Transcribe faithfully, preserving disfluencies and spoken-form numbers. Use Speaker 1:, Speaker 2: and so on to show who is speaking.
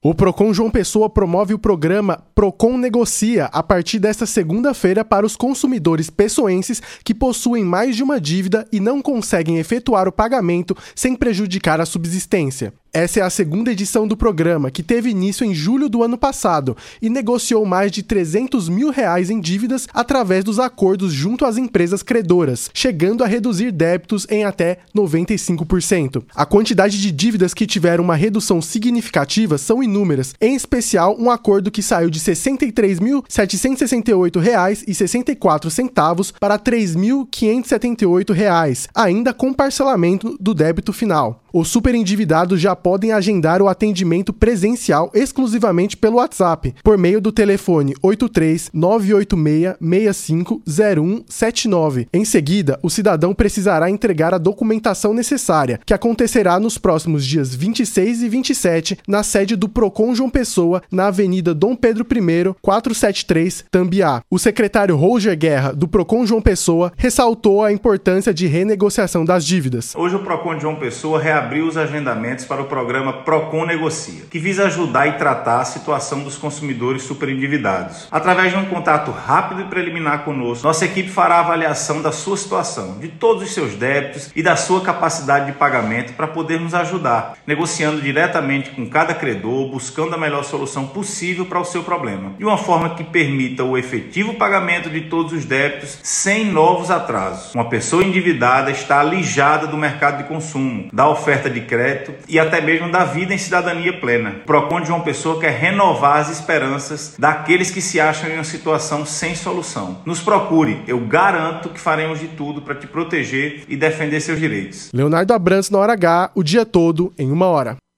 Speaker 1: O Procon João Pessoa promove o programa Procon Negocia a partir desta segunda-feira para os consumidores pessoenses que possuem mais de uma dívida e não conseguem efetuar o pagamento sem prejudicar a subsistência. Essa é a segunda edição do programa, que teve início em julho do ano passado e negociou mais de trezentos mil reais em dívidas através dos acordos junto às empresas credoras, chegando a reduzir débitos em até noventa e cinco por cento. A quantidade de dívidas que tiveram uma redução significativa são inúmeras, em especial um acordo que saiu de sessenta e três mil setecentos e sessenta e oito reais e sessenta e quatro centavos para três mil quinhentos e setenta e oito reais, ainda com parcelamento do débito final. Os superendividados já podem agendar o atendimento presencial exclusivamente pelo WhatsApp, por meio do telefone oito três nove oito seis seis cinco zero um sete nove. Em seguida, o cidadão precisará entregar a documentação necessária, que acontecerá nos próximos dias vinte e seis e vinte e sete, na sede do Procon João Pessoa, na Avenida Dom Pedro I, quatrocentos e setenta e três, Tambiá. O secretário Roger Guerra, do Procon João Pessoa, ressaltou a importância de renegociação das dívidas.
Speaker 2: Hoje o Procon João Pessoa reabriu os agendamentos para o programa Procon Negocia, que visa ajudar e tratar a situação dos consumidores superendividados. Através de um contato rápido e preliminar conosco, nossa equipe fará a avaliação da sua situação, de todos os seus débitos e da sua capacidade de pagamento para podermos ajudar, negociando diretamente com cada credor, buscando a melhor solução possível para o seu problema, de uma forma que permita o efetivo pagamento de todos os débitos sem novos atrasos. Uma pessoa endividada está alijada do mercado de consumo, da oferta de crédito e até mesmo da vida em cidadania plena. O Procon de João Pessoa quer renovar as esperanças daqueles que se acham em uma situação sem solução. Nos procure, eu garanto que faremos de tudo para te proteger e defender seus direitos.
Speaker 1: Leonardo Abrantes na Hora H, o dia todo em uma hora.